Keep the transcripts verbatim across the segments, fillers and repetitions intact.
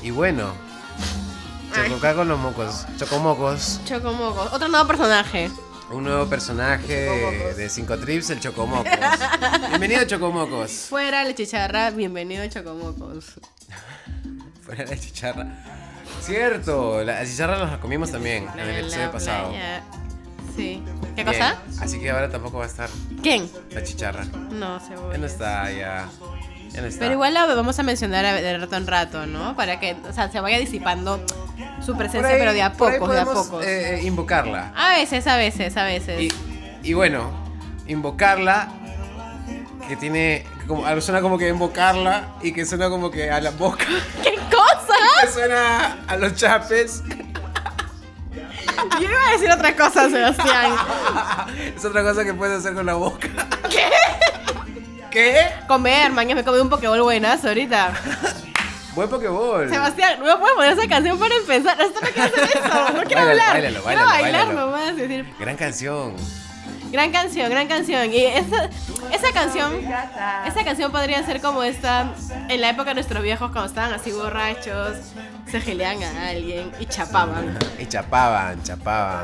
Y bueno, Chococá con los mocos. Chocomocos. Chocomocos. Otro nuevo personaje. Un nuevo personaje Chocomocos. De cinco trips, el Chocomocos. Bienvenido, Chocomocos. Fuera la chicharra, bienvenido, Chocomocos. Fuera la chicharra. Cierto, la chicharra nos la comimos también en el episodio la pasado. Playa. Sí. ¿Qué Bien. cosa? Así que ahora tampoco va a estar. ¿Quién? La chicharra. No, seguro. Ya no está, ya. Ya no está. Pero igual lo vamos a mencionar de rato en rato, ¿no? Para que, o sea, se vaya disipando su presencia, ahí, pero de a pocos, de a podemos, pocos. Eh, invocarla. A veces, a veces, a veces. Y, y bueno, invocarla, que tiene, como, suena como que invocarla y que suena como que a la boca. ¿Qué cosa? Que suena a los chapes. Yo iba a decir otra cosa, Sebastián. Es otra cosa que puedes hacer con la boca. ¿Qué? ¿Qué? Comer, mañana me comí un pokeball buenazo ahorita. Buen pokeball. Sebastián, no me puedes poner esa canción para empezar. No quiero hacer eso, no quiero Báilalo, hablar. báilalo, quiero báilalo, bailar báilalo. nomás. y decir, Gran canción. gran canción, gran canción. Y esa, esa canción, esa canción podría ser como esta en la época de nuestros viejos cuando estaban así borrachos, se geleaban a alguien y chapaban. Y chapaban, chapaban.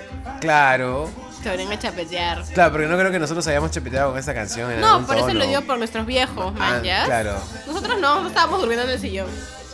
Claro. Se venían a chapetear. Claro, porque no creo que nosotros hayamos chapeteado con esa canción en No, algún por eso tono. lo digo por nuestros viejos, Ah, man, ¿ya? claro. Nosotros no, no estábamos durmiendo en el sillón.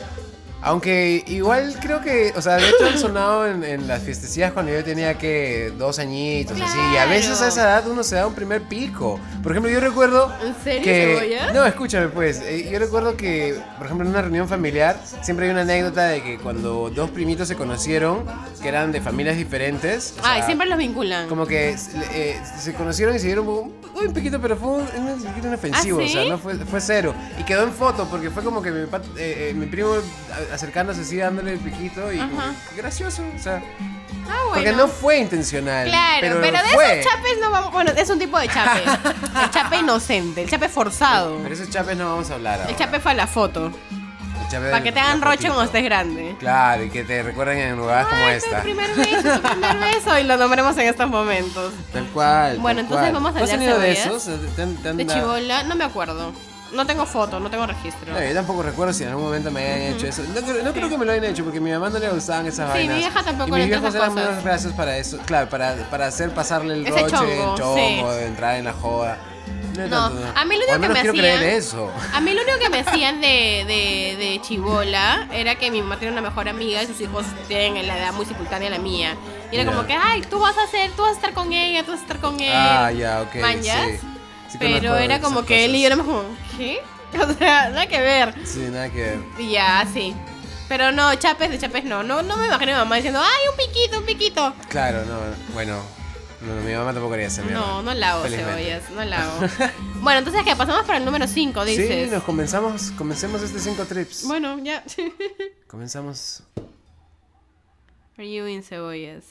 Aunque igual creo que, o sea, de hecho han sonado en, en las fiestecillas cuando yo tenía que dos añitos, Claro. así. Y a veces a esa edad uno se da un primer pico. Por ejemplo, yo recuerdo ¿En serio, que... Cebolla? No, escúchame pues. eh, Yo recuerdo que, por ejemplo, en una reunión familiar siempre hay una anécdota de que cuando dos primitos se conocieron, que eran de familias diferentes. o Ay, sea, siempre los vinculan. Como que eh, se conocieron y se dieron un, un piquito, pero fue un, un, un inofensivo, ¿Ah, o sea, sí? no fue, fue cero. Y quedó en foto porque fue como que mi, pat- eh, eh, mi primo a- acercándose así, dándole el piquito y Ajá. como, gracioso, o sea, Ah, bueno. porque no fue intencional. Claro, pero, pero, de fue. esos chapes no vamos. Bueno, es un tipo de chape. El chape inocente, el chape forzado. Pero esos chapes no vamos a hablar ahora. El chape fue a la foto. El chape Para del- que te hagan la roche fotito. cuando estés grande. Claro, y que te recuerden en jugadas como Ay, esta. Tu primer beso, tu primer beso. Y lo nombremos en estos momentos. Tal cual. Bueno, tal entonces cual. vamos a ¿Tú has hablar tenido de cebollas? esos? ¿Te han- te han De dado- chibola, no me acuerdo. No tengo foto, no tengo registro. No, yo tampoco recuerdo si en algún momento me hayan hecho eso. No, creo- no creo que me lo hayan hecho porque a mi mamá no le gustaban esas Sí, mi vainas. vieja tampoco y le mis gustan viejos esas eran cosas. muy graciosos para eso. Claro, para, para hacer pasarle el Ese roche, chongo, el chongo, sí. de entrar en la joda. No, No, tanto, a mí lo O al único que menos me quiero hacían- creer eso. A mí lo único que me hacían de, de, de chibola era que mi mamá tiene una mejor amiga y sus hijos tienen la edad muy simultánea a la mía. Y era Ya. como que, ay, tú vas a hacer, tú vas a estar con ella, tú vas a estar con él. Ah, ya, ok. ¿Manjas? Sí. Sí Pero conozco era esas como que él y yo cosas. éramos como, ¿qué? O sea, nada que ver. Sí, nada que ver. Y ya, sí. Pero no, chapes de chapes no. No, no me imagino a mi mamá diciendo, ay, un piquito, un piquito. Claro, no, bueno. No, mi mamá tampoco quería ser mi mamá. No, no la hago, Felizmente. cebollas, no la hago. Bueno, entonces, ¿qué? Pasamos para el número cinco, dices. Sí, nos comenzamos, comencemos este cinco trips. Bueno, ya. Comenzamos. Are you in cebollas?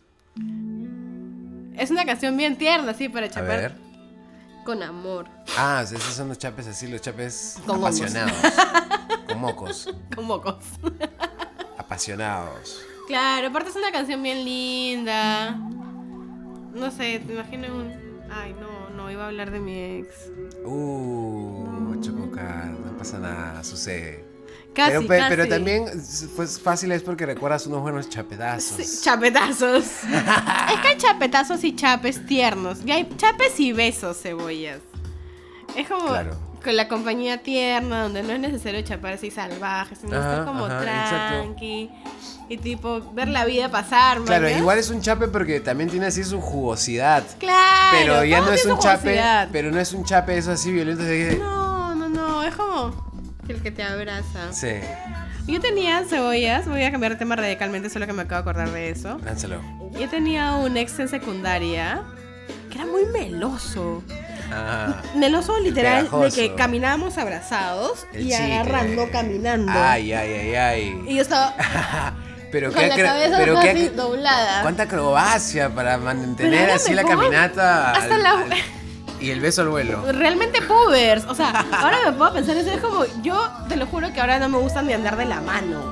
Es una canción bien tierna, así, para A chapar ver. con amor. Ah, esos son los chapes así, los chapes Con hongos. apasionados. Con mocos. Con mocos. Apasionados. Claro, aparte es una canción bien linda. No sé, te imagino un... Ay, no, no, iba a hablar de mi ex. Uh, Chococat, no pasa nada, sucede. Casi, pero, pe- casi. pero también, pues fácil es porque recuerdas unos buenos chapedazos. Sí, chapetazos. Es que hay chapetazos y chapes tiernos. Y hay chapes y besos, cebollas. Es como Claro. con la compañía tierna, donde no es necesario chapar así salvajes, sino Ajá, estar como ajá, tranqui. Y tipo, ver la vida pasar, Claro, ¿mañas? igual es un chape porque también tiene así su jugosidad. Claro. Pero ya todo no es tiene un su chape, jugosidad. pero no es un chape eso así violento. De... No, no, no, es como el que te abraza. Sí, Yo tenía cebollas, voy a cambiar de tema radicalmente, solo que me acabo de acordar de eso. lánzalo. Yo tenía un ex en secundaria que era muy meloso. Ah, Meloso literal, de pegajoso. que caminábamos abrazados El y chicle. agarrando, caminando. ay, ay, ay, ay. Y yo estaba Pero con qué la acro- cabeza pero así qué doblada. cuánta acrobacia para mantener Pero así la hágame, ¿cómo? caminata Hasta al- la- al- y el beso al vuelo. Realmente pubers. O sea, ahora me puedo pensar eso. Es como, yo te lo juro que ahora no me gusta ni andar de la mano.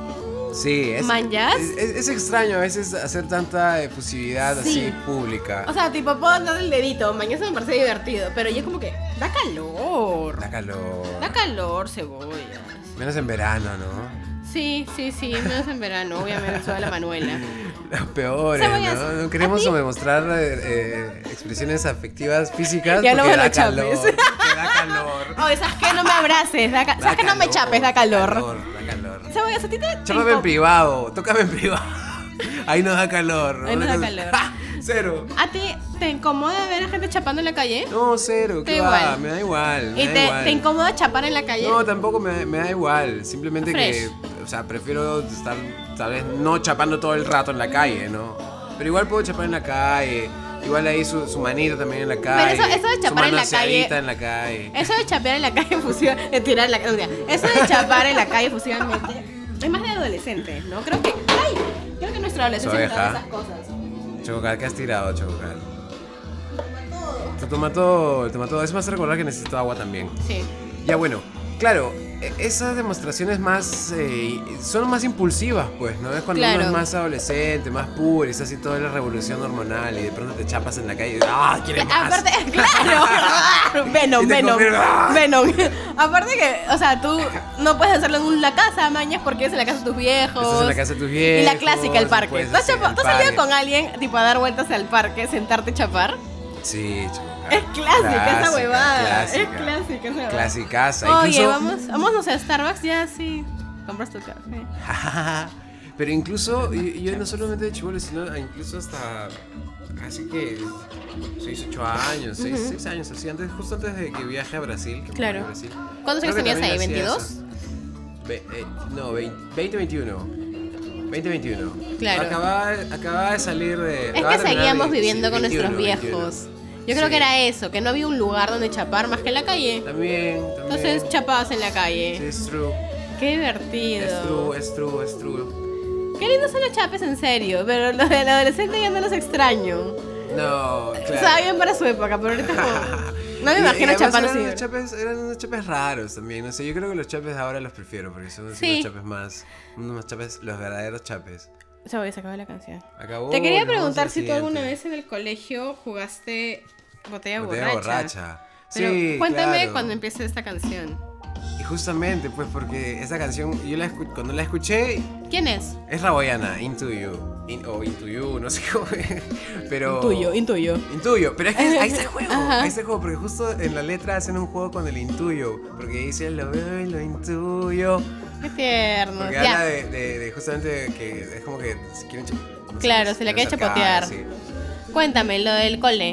Sí, es, ¿Manjas? es, es, es extraño a veces hacer tanta efusividad Sí. así pública. O sea, tipo, puedo andar el dedito, mañana me parece divertido, pero yo como que, da calor. Da calor. Da calor, cebollas. Menos en verano, ¿no? Sí, sí, sí, menos en verano, obviamente, soy la Manuela. Los peores, Cebollas, ¿no? No ¿a queremos ti? demostrar eh, eh, expresiones afectivas físicas Ya no porque me lo da calor. chapes. Porque da calor. Oye, ¿sabes qué? No me abraces, da ca- Da ¿sabes qué? No me calor, chapes, da calor. Da calor, da calor. Cebollas, ¿a ti te...? Chápame en privado, tócame en privado. Ahí nos da calor. Ahí nos da Una cosa- calor. ¡Ja! Cero. ¿A ti te incomoda ver a gente chapando en la calle? No, cero, Te ¿qué da va? igual. Me da igual. Me ¿Y da te, igual. te incomoda chapar en la calle? No, tampoco me, me da igual. Simplemente Fresh. que, o sea, prefiero estar, tal vez, no chapando todo el rato en la calle, ¿no? Pero igual puedo chapar en la calle. Igual ahí su, su manito también en la calle. eso- eso de su chapar en la manoseadita calle- en la calle. Eso de chapear en la calle fusiva, de tirar en la calle. Eso de chapar en la calle fusivamente es más de adolescentes, ¿no? Creo que. ¡Ay! Creo que nuestra adolescencia nos da Oveja. esas cosas. Chococal, ¿qué has tirado, Chococal? Te toma todo, te toma todo. Es más recordar que necesito agua también. Sí. Ya bueno, claro, e- esas demostraciones más eh, son más impulsivas, pues, ¿no? Es cuando Claro. uno es más adolescente, más puro, y está así toda la revolución hormonal y de pronto te chapas en la calle y ¡ah! ¿Quieres más? Aparte, claro. Venom, Y te Venom. confirma, ¡ah! Venom. Aparte que, o sea, tú no puedes hacerlo en una casa, mañas, porque es en la casa de tus viejos. Estás en la casa de tus viejos. Y la clásica, el parque. pues, ¿Tú has, así, chapa- el tú has salido parque. con alguien, tipo, a dar vueltas al parque, sentarte y chapar? Sí, Chococal. Es clásica esa huevada. Clásica. Es clásica esa huevada. Clasicaza. Oye, Incluso, vamos, vamos, no sé, a Starbucks, ya sí. Compras tu café. pero incluso, yo, yo no solamente de chibolo, sino incluso hasta, así que, seis, ocho años, seis años, así, antes, justo antes de que viaje a Brasil. Que me Claro. fui a Brasil. ¿Cuántos Creo años que tenías ahí? también hacía ¿veintidós? eso. Ve- eh, no, veinte, veintiuno. veinte veintiuno. Claro. Acababa, acababa de salir de... Es acababa que de terminar seguíamos de- viviendo sí, con nuestros veintiuno, viejos. Yo creo Sí. que era eso, que no había un lugar donde chapar más que en la calle. También, también. Entonces chapabas en la calle. Sí, es true. Qué divertido. Es true, es true, es true. Qué lindos son los chapes, en serio. Pero los del adolescente ya no los extraño. No, claro. Estaba bien para su época, pero ahorita como... No me Y- imagino y además chapar eran así. unos chapes, eran unos chapes raros también, no sé, yo creo que los chapes ahora los prefiero porque son así Sí. unos chapes más, unos chapes, los verdaderos chapes. Se voy a sacar la canción. Acabó. Te quería nos vamos preguntar al si tú alguna siguiente. vez en el colegio jugaste botella, Botella borracha. borracha. Pero Sí, cuéntame claro. cuando empiece esta canción. Y justamente, pues, porque esa canción, yo la escu- cuando la escuché, ¿Quién es? es raboyana, Into You, In- o Into You, no sé cómo, pero... Intuyo, intuyo. Intuyo, pero es que ahí está el juego, Ajá. ahí está el juego, porque justo en la letra hacen un juego con el intuyo, porque dice lo veo y lo intuyo, Qué tierno. porque Ya. habla de, de, de justamente que es como que se quieren cha- no sé, Claro, se la quiere acercar, chapotear. sí. Cuéntame, lo del cole.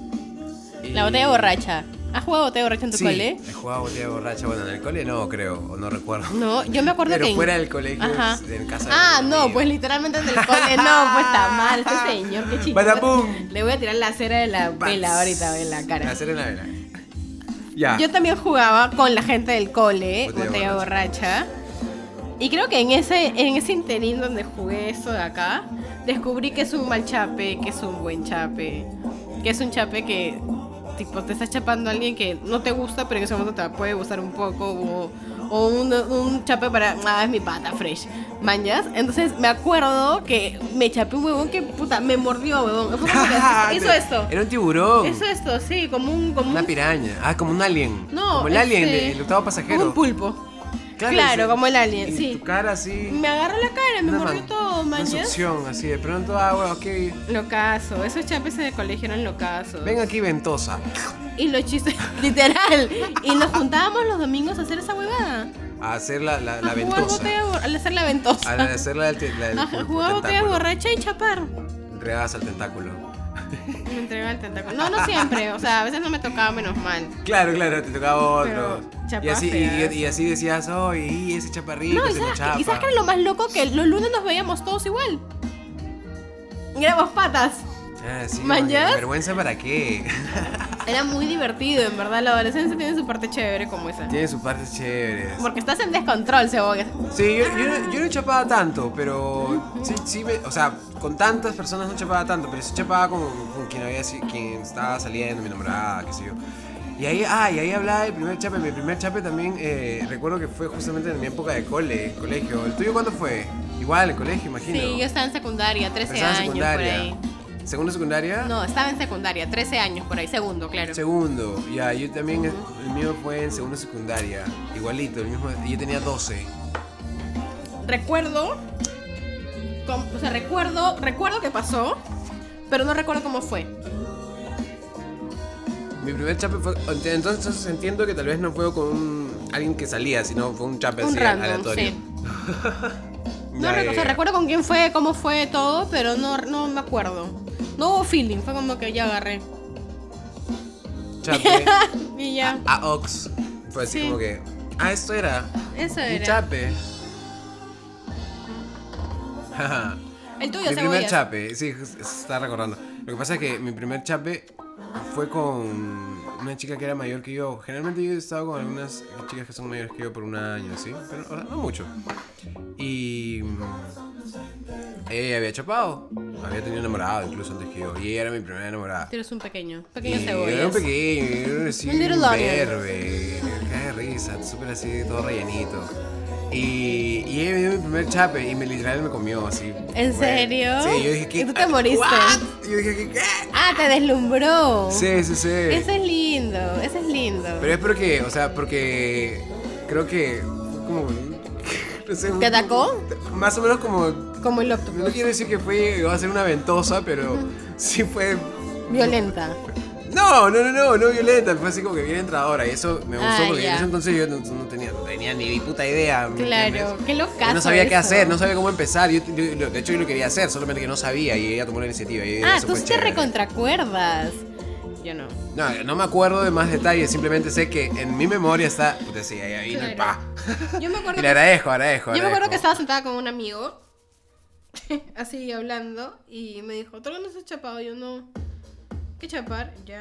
Y- La botella borracha. ¿Has jugado botella borracha en tu Sí, cole? he jugado botella borracha, bueno, en el cole no creo, o no recuerdo. No, yo me acuerdo Pero que. en- fuera del colegio, Ajá. en casa de Ah, mi no, amigo. pues literalmente en el cole. No, pues está mal. Este señor, qué chico. ¡Badabum! Le voy a tirar la cera de la vela ahorita en la cara. Hacer en la vela. Ya. Yo también jugaba con la gente del cole, Botella botella, borracha. Y creo que en ese, en ese interín donde jugué eso de acá, descubrí que es un mal chape, que es un buen chape, que es un chape que tipo te estás chapando a alguien que no te gusta, pero en ese momento te puede gustar un poco, o, o un, un chape para, ah, es mi pata fresh, mañas. Entonces me acuerdo que me chapé un huevón que puta me mordió, huevón. Fue como que hizo esto. Era un tiburón. Hizo esto, sí, como un, como Una un piraña. Ah, como un alien. no, Como el alien este, del octavo pasajero. como un pulpo. Claro, ese- como el alien, y sí. Tu cara así. Me agarró la cara, me una mordió man- todo, Una mañas. succión, así de pronto, ah, bueno, ok. Locazo, esos chapes en el colegio eran locazos. Ven aquí, ventosa. Y los chistes, literal. Y nos juntábamos los domingos a hacer esa huevada. A hacer la, la, la A jugar ventosa. botella bor- a hacer la ventosa. A la- hacer la del, te- la del A pulpo, jugar botella tentáculo. borracha y chapar. Entregadas al tentáculo. Me entregaba el tentáculo. No, no siempre. O sea, a veces no me tocaba, menos mal. Claro, claro, te tocaba otro. Pero chapa Y así, y, feas. y así decías, oye, y ese chaparrito, No, y ese no sabes, chapa. que, y sabes que era lo más loco, que los lunes nos veíamos todos igual. Y éramos patas. Ah, sí, ¿Mañas? oye, ¿vergüenza para qué? Era muy divertido, en verdad. La adolescencia tiene su parte chévere como esa. Tiene sus partes chéveres. Porque estás en descontrol, cebolla. Sí, yo, yo, no- yo no chapaba tanto, pero sí, sí me, o sea, con tantas personas no chapaba tanto, pero sí chapaba con, con quien había si- quien estaba saliendo, mi enamorada, qué sé yo. Y ahí, ah, y ahí hablaba del primer chape. Mi primer chape también, eh, recuerdo que fue justamente en mi época de cole, colegio. ¿El tuyo cuándo fue? Igual, en colegio, imagino. Sí, yo estaba en secundaria, trece Estaba en años secundaria. por ahí. ¿Segundo secundaria? No, estaba en secundaria, trece años por ahí, segundo, claro. Segundo, ya, yo también, el mío fue en segundo secundaria, igualito, el mismo, yo tenía doce. Recuerdo, com- o sea, recuerdo, recuerdo que pasó, pero no recuerdo cómo fue. Mi primer chape fue, entonces entiendo que tal vez no fue con un, alguien que salía, sino fue un chape Un así random, aleatorio. sí. No, Ya, re- ya, o sea, ya. recuerdo con quién fue, cómo fue todo, pero no, no me acuerdo. No hubo feeling, fue como que ya agarré. Chape Y ya, a Ox. Fue así Sí. como que, ah, esto era eso un era. chape. El tuyo, Mi primer cebollas. chape, sí, se está recordando. Lo que pasa es que mi primer chape fue con una chica que era mayor que yo. Generalmente yo he estado con algunas chicas que son mayores que yo por un año, ¿sí? Pero o sea, no mucho. Y mm, ella había chapado. Había tenido enamorado incluso antes que yo. Y ella era mi primera enamorada. Tú eres un pequeño, pequeño Y cebollas. era un pequeño, era así, Un un little onion. verde, cae de risa, súper así, todo rellenito. Y, y ella me dio mi primer chape y me literal me comió así. ¿En Bueno, serio? Sí, yo dije, ¿qué? ¿Y tú te moriste? ¿What? Y yo dije, ¿qué? ¿qué? Ah, te deslumbró. Sí, sí, sí. Eso es lindo, eso es lindo. Pero es porque, o sea, porque creo que fue como, no sé, un- ¿Te atacó? Más o menos como, Como el no octopus. quiero decir que fue, iba a ser una ventosa, pero sí fue. Violenta. No, no, no, no, no violenta, fue así como que bien entradora y eso me gustó Ah, porque ya. en ese entonces yo no, no tenía, no tenía ni puta idea. ¿me Claro, entiendes? qué locazo Yo no sabía qué eso. hacer, no sabía cómo empezar. Yo, yo- yo- de hecho, yo lo quería hacer, solamente que no sabía y ella tomó la iniciativa. Y Ah, eso tú fue sí te chévere. recontracuerdas. Yo no. No, no me acuerdo de más detalles, simplemente sé que en mi memoria está. Puta, sí, ahí ahí Claro. pa. Yo me acuerdo Y le que, agradezco, agradezco. yo me acuerdo agradezco. que estaba sentada con un amigo, así hablando, y me dijo, ¿tú no has chapado? Yo no. ¿Qué chapar? Ya.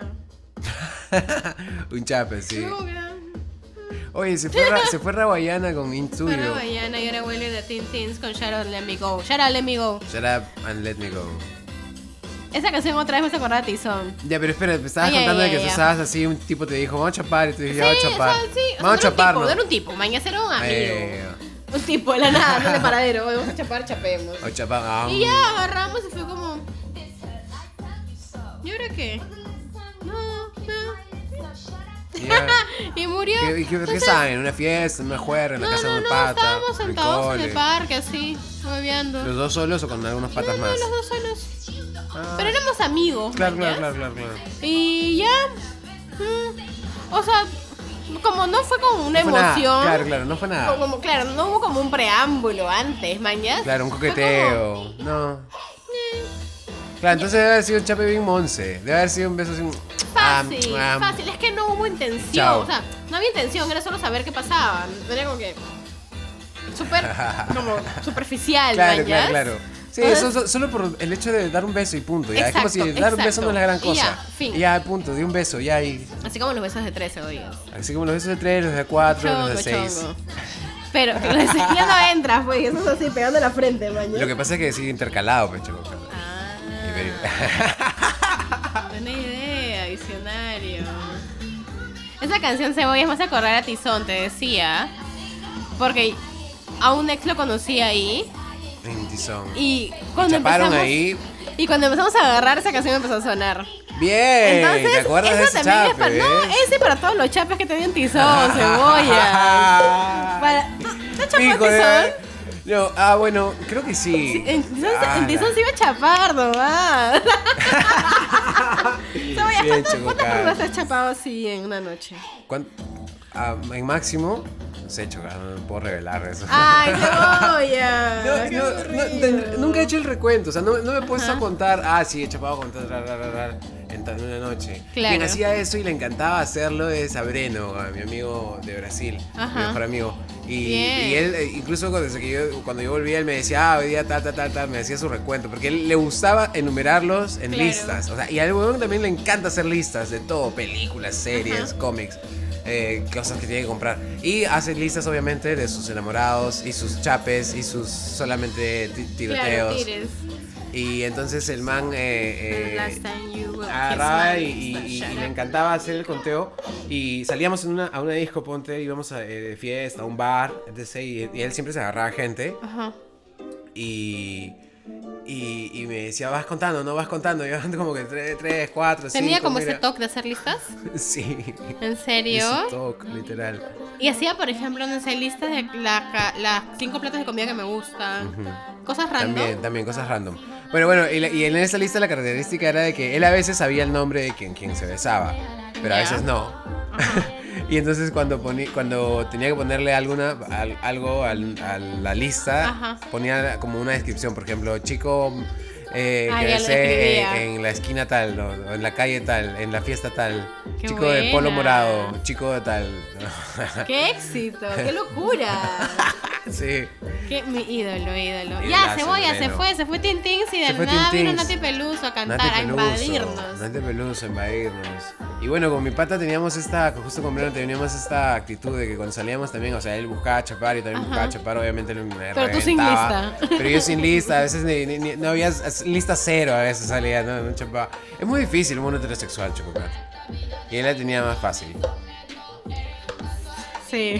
Un chape, sí. Luego ya. Oye, se fue, Ra- se fue Rawayana con Intuyo. Para mañana y ahora huele de Teen Teens con Shout Out Let Me Go. Shout Out Let Me Go. Shut up and let me go. Esa canción otra vez me hace acordar a Tizón. Ya, pero espera, me estabas Ay, contando ay, de que ay, tú ay. estabas así, un tipo te dijo, vamos a chapar, y tú dijiste, ya Sí, vamos a chapar. o sea, sí, o sea, Vamos a no era un chapar, tipo, ¿no? no era un tipo, mañana era un amigo. Eh, Un tipo de la nada, no de paradero. Vamos a chapar, chapemos. o chapar, ah, Y ya agarramos y fue como. ¿Y ahora qué? No, no. ya. Y murió. ¿Qué, qué, qué Entonces, estaban? ¿En una fiesta, en una juerga, en la no, casa no, de un no, pata? estábamos sentados en el cole? parque así, moviendo. ¿Los dos solos o con algunos patas no, más? no, los dos solos. Ah, Pero éramos amigos. claro, ¿ya? claro, claro, claro, claro. Y ya. mm, o sea, como no fue como una No fue nada, emoción. claro, claro, no fue nada. Como, claro, no hubo como un preámbulo antes, mañana. Claro, un coqueteo. No. Claro, entonces debe haber sido un chape bien monce. Debe haber sido un beso así. un- Fácil, ah, ah, fácil. Es que no hubo intención. Chao. O sea, no había intención, era solo saber qué pasaba. Era como que. Súper. Como superficial, Claro, ¿mañas? claro, claro. Sí, Entonces- eso, solo por el hecho de dar un beso y punto. Ya. Exacto, es como si dar un beso exacto. no es la gran Y cosa. ya, fin. Y ya, punto, di un beso, ya y. Así como los besos de trece, oigas. Así como los besos de tres, los de cuatro, los de Chongo, seis. chongo. Pero que lo de seis ya no entra, pues. Eso es así, pegando la frente, mañana. Lo que pasa es que sí, intercalado, pecho. Ah, buena idea, visionario. Esa canción Cebolla me hace acordar a Tizón, te decía. Porque a un ex lo conocí ahí. En Tizón. Y cuando Chaparon empezamos, ahí. Y cuando empezamos a agarrar, esa canción empezó a sonar. Bien. Entonces, ¿Te acuerdas eso de ese también es chape? para. No, ves? ese para todos los chapes que tenían Tizón, Cebolla. Para... ¿No chapó Fijo, Tizón? ¿eh? No, ah, bueno, creo que sí. En Tizón, Ah, en Tizón la- se iba a chapar nomás. Cebolla, Bien, ¿cuántas, ¿cuántas Chococán. personas has chapado así en una noche? ¿Cuán- ah, en máximo, no sé, chocar, no puedo revelar eso. ¡Ay, Cebolla! No, ¡Qué no, aburrido! no, ten- nunca he hecho el recuento, o sea, no, no me he puesto Ajá. a contar, ah, sí, he chapado con tal, tal, tal, tal, tal, en tal- una noche. Claro. Quien hacía eso y le encantaba hacerlo es a Breno, a mi amigo de Brasil, Ajá. mi mejor amigo. Y, Bien. y él, eh, incluso cuando, desde que yo, cuando yo volvía, él me decía, ah, hoy día tal, tal, tal, tal, me decía su recuento, porque él le gustaba enumerarlos en Claro. listas. O sea, y al huevón también le encanta hacer listas de todo, películas, series, Ajá. cómics. Eh, cosas que tiene que comprar. Y hace listas, obviamente, de sus enamorados y sus chapes y sus solamente ti- Claro, tiroteos. tires. Y entonces el man eh, eh, Last time you will agarraba kiss y, my y- lips, y shut le up. encantaba hacer el conteo. Y salíamos en una, a una disco, ponte, íbamos a, eh, de fiesta, a un bar, etcétera. Y, y él siempre se agarraba gente. Ajá. Y, y, y me decía, vas contando, no vas contando. Yo ando como que tres, tres, cuatro, cinco. ¿Tenía como mira. ese toque de hacer listas? Sí. ¿En serio? Ese toque, literal. Y hacía, por ejemplo, no sé, listas de la ca- las cinco platos de comida que me gustan. Cosas random. También, también, cosas random. Bueno, bueno, y, la- y en esa lista la característica era de que él a veces sabía el nombre de quien, quien se besaba, pero a Ya. veces no. Y entonces cuando poní, cuando tenía que ponerle alguna al- algo al- a la lista, Ajá. ponía como una descripción, por ejemplo, chico eh, Ah, que ya lo besé describía. en la esquina tal, o, o en la calle tal, en la fiesta tal, Qué chico de polo buena. morado, chico de tal. ¡Qué éxito! ¡Qué locura! Sí. ¡Qué mi ídolo, ídolo! Idolazo, Ya, Cebolla, se bueno. fue, se fue Tintín y Se de fue nada vino Tintins. Nati Peluso a cantar, Nati a Peluso, invadirnos. Nati Peluso, a invadirnos. Y bueno, con mi pata teníamos esta, justo con Breno teníamos esta actitud de que cuando salíamos también, o sea, él buscaba chapar y también Ajá. buscaba chapar, obviamente me Pero tú sin reventaba. lista. Pero yo sin lista, a veces ni, ni- ni- no había lista cero, a veces salía, no, no chapaba. Es muy difícil un mono heterosexual, Chococat. Y él la tenía más fácil. Sí.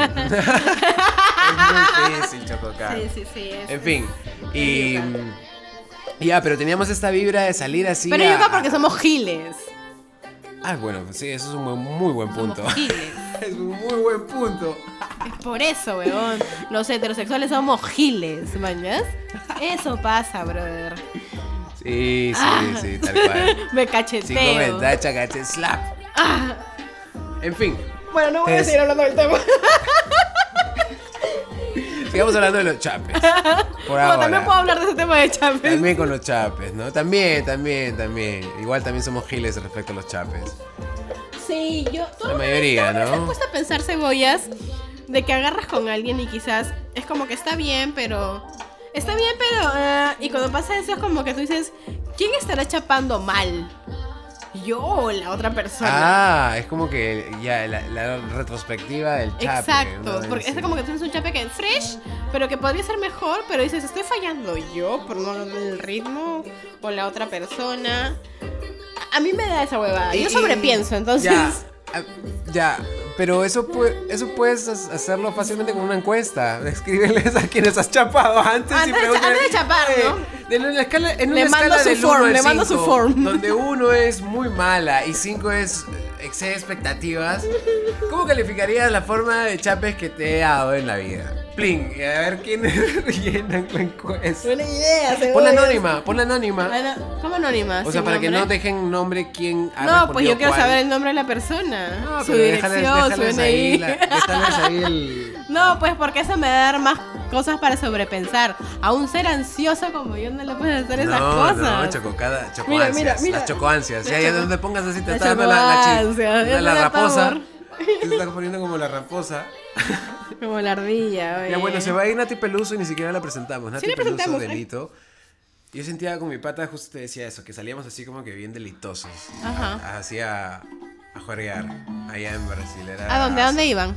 Es muy difícil, Chococat. Sí, sí, sí. es- En fin, y... y Ya, pero teníamos esta vibra de salir así Pero a- yo creo porque somos giles. Ah, bueno, sí, eso es un buen- muy buen punto. Somos giles. Es un muy buen punto. Es por eso, weón. Los heterosexuales somos giles, ¿mañas? Eso pasa, brother. Sí, sí, Ah. sí, tal cual. Me Cinco cacheteo. ventacha, caché, slap. Ah. En fin, Bueno, no voy a Es- seguir hablando del tema. sigamos hablando de los chapes. Por Bueno, ahora. también puedo hablar de ese tema de chapes. También con los chapes, ¿no? También, también, también. Igual también somos giles respecto a los chapes. Sí, yo. ¿tú La alguna vez- mayoría, tú alguna vez ¿no? te has puesto a pensar, Cebollas, de que agarras con alguien y quizás es como que está bien, pero. Está bien, pero. ah, y cuando pasa eso es como que tú dices, ¿quién estará chapando mal? ¿Yo o la otra persona? Ah, es como que ya la, la retrospectiva del chape. Exacto, ¿no? porque Sí. es como que tienes un chape que es fresh, pero que podría ser mejor, pero dices, estoy fallando yo por no agarrar el ritmo o la otra persona. A mí me da esa huevada. Y- Yo y- sobrepienso, entonces. Ya, ah, ya, pero eso, pu- eso puedes ha- hacerlo fácilmente con una encuesta. Escríbeles a quienes has chapado antes, Antes y de cha- pregúntale, antes de chapar, eh, ¿no? de una escala, en Le una mando escala su del form, uno al le mando su cinco, form. donde uno es muy mala y cinco es eh, excede expectativas. ¿Cómo calificarías la forma de chapes que te he dado en la vida? Plin, y a ver quiénes rellenan la encuesta. Buena idea, Cebollas. Ponla anónima, ponla anónima. Bueno, ¿cómo anónima? O sea, ¿Sin para que no nombre? dejen nombre quién ha No, pues respondido yo quiero cuál. saber el nombre de la persona. No, su pero dirección, déjales, déjales su ahí, N I. la- déjales ahí el... No, pues porque eso me va a dar más cosas para sobrepensar. A un ser ansioso como yo no le puedes hacer esas no, cosas. No, choco, cada, Mira, chocoansias, mira, mira. las chocoansias. La Ya, ya choco- donde pongas así te la está dando la, la, chi- chocoansia, la, ya la me da raposa. pavor. Te estás poniendo como la raposa. Como la ardilla, oye. Ya bueno, se va a ir Nati Peluso y ni siquiera la presentamos. Nati la Peluso, presentamos, ¿eh? delito. Yo sentía con mi pata, justo te decía eso, que salíamos así como que bien delitosos. Ajá. A- Así a, a jueguear allá en Brasil. Era ¿A dónde? ¿A dónde así. iban?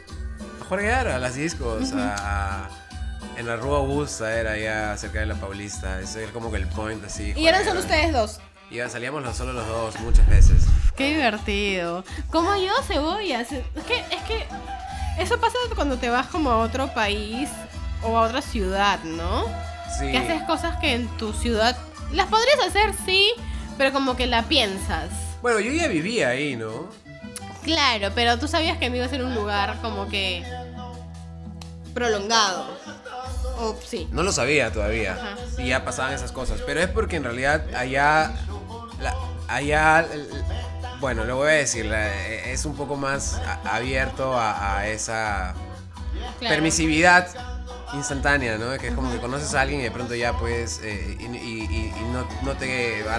A jueguear a las discos, a, a- en la Rua Augusta, era allá cerca de la Paulista. Ese era como que el point así. Y eran jueguear. solo ustedes dos. Iba, salíamos los, solo los dos muchas veces. Qué divertido. Como yo, Cebollas. Es que, es que eso pasa cuando te vas como a otro país o a otra ciudad, ¿no? Sí. Que haces cosas que en tu ciudad las podrías hacer, sí, pero como que la piensas. Bueno, yo ya vivía ahí, ¿no? Claro, pero tú sabías que me iba a ser un lugar como que prolongado. O sí. No lo sabía todavía. Ajá. Y ya pasaban esas cosas. Pero es porque en realidad allá. la- allá. el- Bueno, lo voy a decir. la- es un poco más a- abierto a, a esa Claro. permisividad instantánea, ¿no? Que es como que conoces a alguien y de pronto ya puedes. eh, y y- y- y no, no te van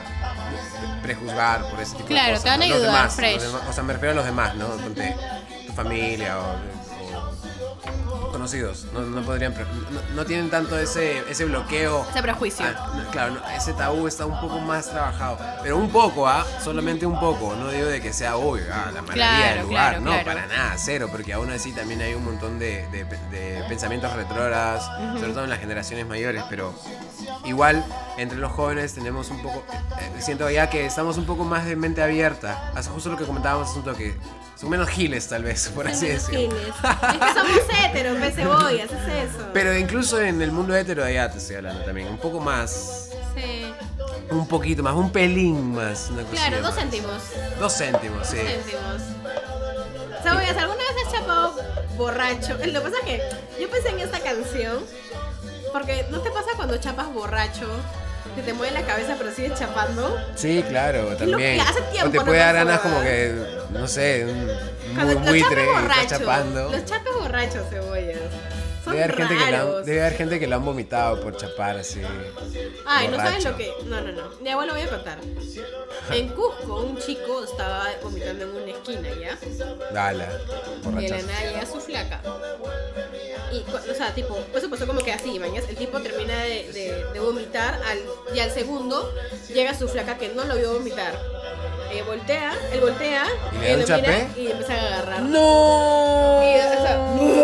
a prejuzgar por ese tipo Claro, de cosas. te van a ¿no? Los ayudar, demás, fresh. los demás, o sea, me refiero a los demás, ¿no? Ponte tu familia o. o desconocidos. No, no podrían, pre- no, no tienen tanto ese, ese bloqueo. Ese prejuicio. Ah, no, claro, no, ese tabú está un poco más trabajado. Pero un poco, ¿ah? Solamente un poco. No digo de que sea, uy, ah, la maravilla Claro, del lugar. claro, no, claro. para nada, cero. Porque aún así también hay un montón de, de, de pensamientos retrógrados, uh-huh. sobre todo en las generaciones mayores. Pero igual, entre los jóvenes tenemos un poco... Eh, siento ya que estamos un poco más de mente abierta. Hace justo lo que comentábamos hace un toque. Son menos giles, tal vez, por así decirlo. Es que somos héteros, ve cebollas, es eso. Pero incluso en el mundo hetero de allá te estoy hablando también. Un poco más... Sí. Un poquito más, un pelín más. Una Claro, dos más. céntimos. Dos céntimos, sí. Dos céntimos. Cebollas, ¿alguna vez has chapado borracho? Lo que pasa es que yo pensé en esta canción porque ¿no te pasa cuando chapas borracho? Que te mueve la cabeza pero sigues chapando. Sí, claro, también. Hace tiempo o te no puede dar pasó, ganas como ¿verdad? que, no sé, un Cuando muy los buitre chapes y está borrachos, chapando. los chapes borrachos, cebollas. Son Debe haber, gente que la, raros. debe haber gente que lo han vomitado por chapar así. Ay, no sabes borracho. lo que... No, no, no. Ya, bueno, voy a contar. En Cusco, un chico estaba vomitando en una esquina, ¿ya? Dale, Y de la borrachazo. nada llega su flaca. Y, cu- o sea, tipo, eso pasó como que así, mañas. El tipo termina de, de, de vomitar al, y al segundo llega su flaca que no lo vio vomitar. Eh, voltea, él voltea, ¿Y le da él un lo mira chapé? y empieza a agarrar. ¡No! Y, o sea,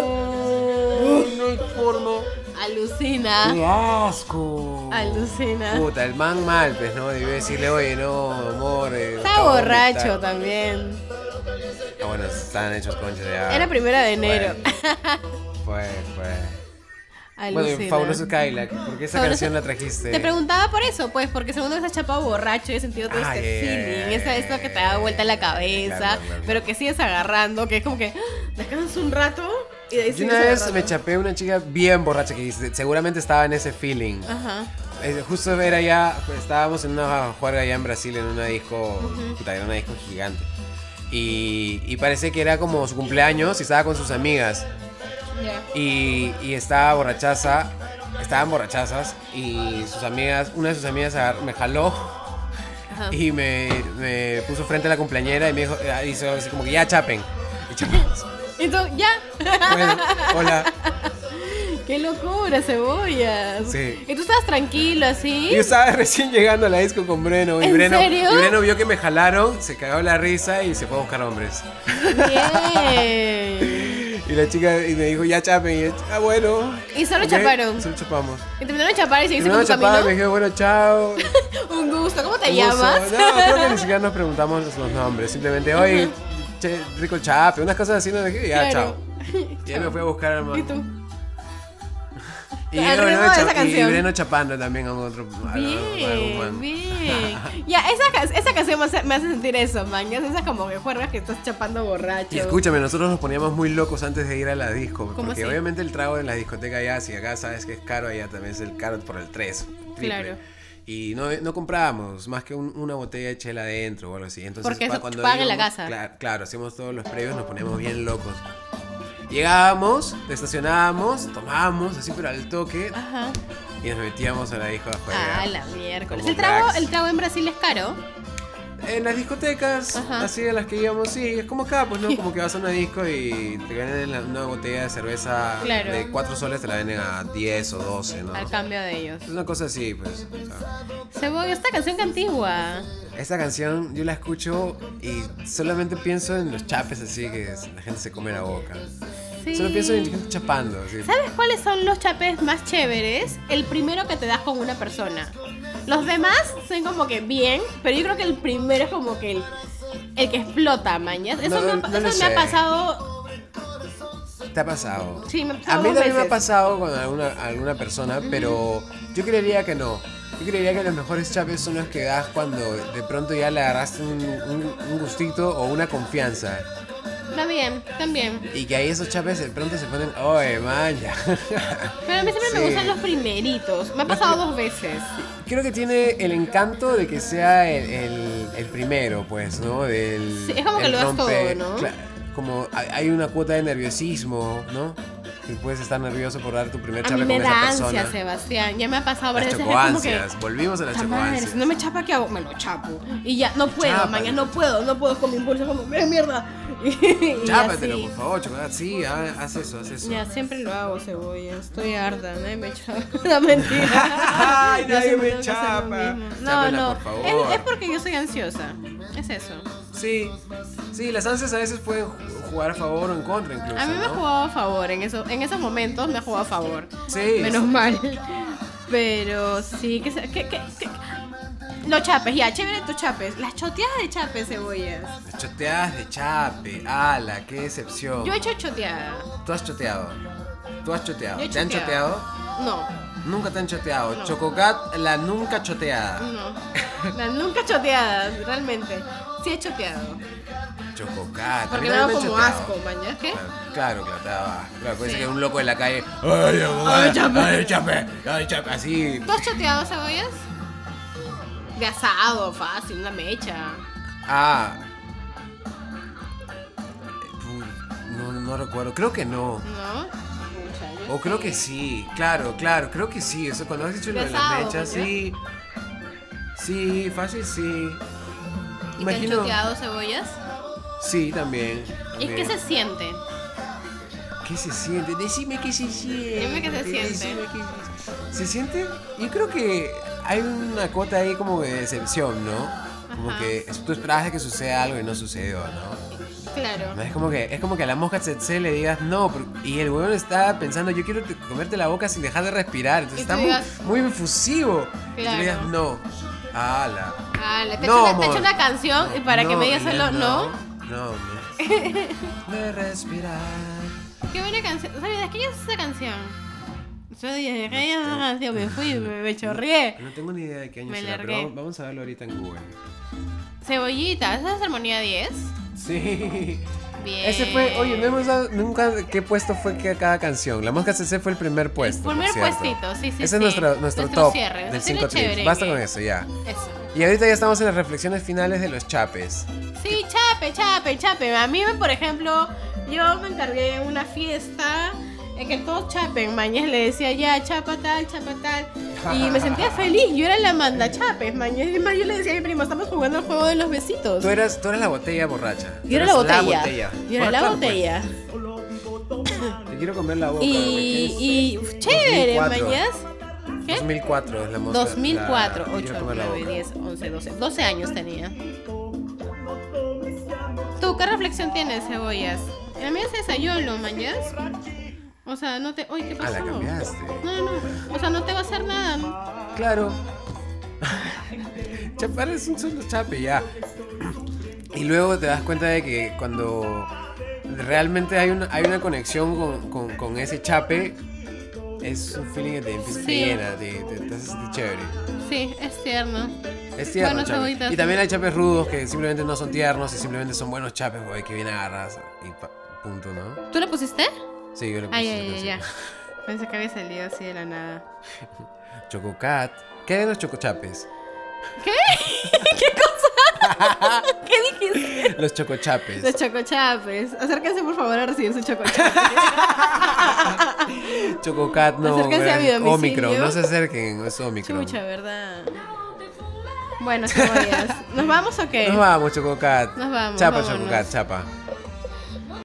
No hay forma. alucina. ¡Qué asco! Alucina. Puta, el man mal, pues, ¿no? Debió decirle, oye, no, amor. eh, Está acabo de borracho vomitar. también. Ah, bueno, estaban hechos conchas ya. Era primera de enero. Fue, fue. Alucina. Bueno, Fabuloso Skylark, ¿por qué esa Fabuloso- canción la trajiste? Te preguntaba por eso, pues, porque segundo vez has chapado borracho y he sentido todo Ah, este yeah, feeling, yeah, esa, esto que te da vuelta la cabeza, Claro, claro, claro. pero que sigues agarrando, que es como que ¡ah! Descansas un rato y de ahí Yo sigues una vez agarrando. me chapé a una chica bien borracha que seguramente estaba en ese feeling. Ajá. Eh, Justo era ya, pues, estábamos en una juerga allá en Brasil, en una disco, puta, era una disco gigante. Y, y parece que era como su cumpleaños y estaba con sus amigas. Ya. Y, y estaba borrachaza, estaban borrachazas y sus amigas, una de sus amigas agar- me jaló Ajá. y me, me puso frente a la cumpleañera y me dijo, ah, hizo así como que ya chapen. Y chapamos. Y tú, ya. Bueno, hola. Qué locura, cebollas. Sí. Y tú estabas tranquilo así. Yo estaba recién llegando a la disco con Breno y ¿En Breno, serio? y Breno vio que me jalaron, se cagó la risa y se fue a buscar hombres. Bien. Y la chica y me dijo, ya chapen. Y yo, ah, bueno. Y solo Ok, chaparon. Solo chapamos. Y terminaron de chapar y seguiste Terminamos con de tu chapar, me camino. dijo, bueno, chao. Un gusto. ¿Cómo te Un gusto. llamas? No, creo que ni siquiera nos preguntamos los nombres. Simplemente, oye, che, rico chape, unas cosas así, nos dije, ya, Claro. chao. Y él me fue a buscar al man. ¿Y tú? Y, Al Breno ritmo de cha- esa y canción. Breno chapando también a un otro. a- a- a algún Bien, man. bien. Ya, esa, ca- esa canción me hace, me hace sentir eso, man. Ya esas como que juergas que estás chapando borracho. Y escúchame, nosotros nos poníamos muy locos antes de ir a la disco. ¿Cómo Porque así? obviamente el trago en la discoteca allá, si acá sabes que es caro, allá también es el caro por el tres. Claro. Y no, no comprábamos más que un- una botella de chela adentro o algo así. Entonces, Porque pa- eso cuando paga en la íbamos- casa. Claro, claro, hacíamos todos los previos, nos poníamos bien locos. Llegábamos, estacionábamos, tomábamos, así pero al toque, Ajá. y nos metíamos a la disco a jugar. Ah, la miércoles. Como ¿El trago, cracks. ¿El trago en Brasil es caro? En las discotecas, Ajá. así a las que íbamos, sí, es como acá, pues no, como que vas a una disco y te venden la- una botella de cerveza Claro. de cuatro soles, te la venden a diez o doce, ¿no? Al cambio de ellos. Es una cosa así, pues. o sea. Cebolla, esta canción que antigua. Esta canción yo la escucho y solamente pienso en los chapes así que la gente se come la boca. Sí. Solo pienso en gente chapando, así. ¿Sabes cuáles son los chapes más chéveres? El primero que te das con una persona. Los demás son como que bien, pero yo creo que el primero es como que el, el que explota, mañas. Eso, No, me, ha- no lo eso me ha sé. pasado. ¿Te ha pasado? Sí, me ha pasado A mí dos también me ha veces. pasado con alguna, alguna persona, pero yo creería que no. Yo creería que los mejores chapes son los que das cuando de pronto ya le agarraste un, un- un gustito o una confianza. También, también. Y que ahí esos chapes de pronto se ponen, oye, man, ya. Pero a mí siempre me Sí. gustan los primeritos. Me ha pasado dos veces. Creo que tiene el encanto de que sea el, el- el primero, pues, ¿no? Del, Sí, es como que el lo das todo, ¿no? cla- como hay, hay una cuota de nerviosismo, ¿no? Que puedes estar nervioso por dar tu primer A chape mí me con esa da persona. ansia, Sebastián. Ya me ha pasado Las varias veces. Es como que, chocoansias, volvimos a las "Ta madre, chocoansias. si no me chapa, ¿qué hago? Me lo chapo. Y ya, no puedo, Chápalo. mañana no puedo, no puedo con mi impulso. Como, "Eh, mierda". Y Chápatelo, así. por favor, chocolate. Sí, ha- haz eso, haz eso. Ya, siempre lo hago, cebolla. Estoy harta, nadie me chapa. No, mentira. Ay, Yo nadie siempre me tengo que hacer lo chapa. mismo. No, Chápela, no. por favor. Es, es porque yo soy ansiosa. Es eso. Sí, sí, las ansias a veces pueden ju- jugar a favor o en contra incluso, A mí me ha ¿no? jugado a favor. En, eso, en esos momentos me ha jugado a favor. Sí. Menos mal. Pero sí, que, se- que, que, que- los chapes, ya, chévere tus chapes. Las choteadas de chapes, cebollas. Las choteadas de chape, ala, qué decepción. Yo he hecho choteada. Tú has choteado. Tú has choteado. Yo he ¿Te han choteado. choteado? No, Nunca te han choteado. No. Chococat, la nunca choteada. no. Las nunca choteadas, realmente. Sí he choteado. Chococat. Porque a me mí da también como han choteado. asco, mañana. ¿Qué? Claro, claro, te da asco. Claro, puede Sí. ser que un loco en la calle. ¡Ay, Ay, chape. ay, chape! ¡Ay, chape! Así. ¿Tú has choteado cebollas? De asado, fácil, una mecha. Ah. Uy, No, no recuerdo. Creo que no. ¿No? O creo que sí. Claro, claro, creo que sí. Eso cuando has dicho lo de las Pesado, mechas, ¿no? sí. Sí, fácil sí. ¿Y te han Imagino. choteado cebollas? Sí, también. ¿Y también. qué se siente? ¿Qué se siente? Decime qué se siente. Dime qué se siente. Decime qué se... ¿Se siente? Yo creo que hay una cuota ahí como de decepción, ¿no? Como Ajá. que tú esperabas que suceda algo y no sucedió, ¿no? Claro. No, es como que es como que a la mosca tsetse le digas no, pero- y el huevón está pensando yo quiero te- comerte la boca sin dejar de respirar, entonces Y tú está muy, digas- muy efusivo. Y tú Claro. le digas no. Ala. Ah, le te, No, echo una, te amor. echo una canción y para que me digas y le- solo no. No, no. De respirar. Qué buena canción. ¿Sabes qué es esa canción? Yo dije, ¿qué es esa canción? Me fui, me, me chorrié. No tengo ni idea de qué año Me será, pero largué. vamos, vamos a verlo ahorita en Google. Cebollita, ¿esa es Armonía diez? Sí. Bien. Ese fue, oye, no hemos dado nunca qué puesto fue que cada canción. La mosca tsetse fue el primer puesto. por Primer cierto. puestito, sí, sí, Ese sí. es nuestro, nuestro, top cierre. del Ese cinco es chévere, trips. Basta que- con eso, ya. Eso. Y ahorita ya estamos en las reflexiones finales de los chapes. Sí, chape, chape, chape. A mí, por ejemplo, yo me encargué en una fiesta en que todos chapen. Mañez le decía ya, chapa tal, chapa tal. Y me sentía feliz. Yo era la manda chapes, mañez. Y más, yo le decía a mi primo, estamos jugando el juego de los besitos. Tú eras, tú eras la botella borracha. Yo era Tú la eras botella. Yo era la Claro, botella. pues, te quiero comer la boca. Y, y uf, chévere, dos mil cuatro. mañez. ¿Qué? dos mil cuatro es la mosca. dos mil cuatro, la- te ocho, quiero comer la nueve, boca. diez, once, doce. doce años tenía. ¿Tú qué reflexión tienes, cebollas? La mía es esa, YOLO, mañas. O sea, no te... Uy, ¿qué Ah, pasó? la cambiaste. No, no, o sea, no te va a hacer nada. ¿no? Claro. Chapar es un solo chape, ya. Y luego te das cuenta de que cuando realmente hay una, hay una conexión con, con, con ese chape, es un feeling que te empieza te Sí. llena, te, te, te hace sentir chévere. Sí, es tierno. Es tierno, Bueno, chape. cebollitas. Y también hay chapes rudos que simplemente no son tiernos y simplemente son buenos chapes, güey, que bien agarras y pa- punto, ¿no? ¿Tú le pusiste? Sí, yo le puse Ay, esa ay, ay, canción. ya. Pensé que había salido así de la nada. Chococat. ¿Qué de los chocochapes? ¿Qué? ¿Qué cosa? ¿Qué dijiste? Los chocochapes. Los chocochapes. Acérquense por favor a recibir su chocochape. Chococat, no. Acérquense a mi eh, domicilio. Omicron, no se acerquen, es Omicron. Chucha, ¿verdad? Bueno, cebollas. ¿Nos vamos o qué? Nos vamos, Chococat. Nos vamos, Chapa, vámonos. Chococat, chapa.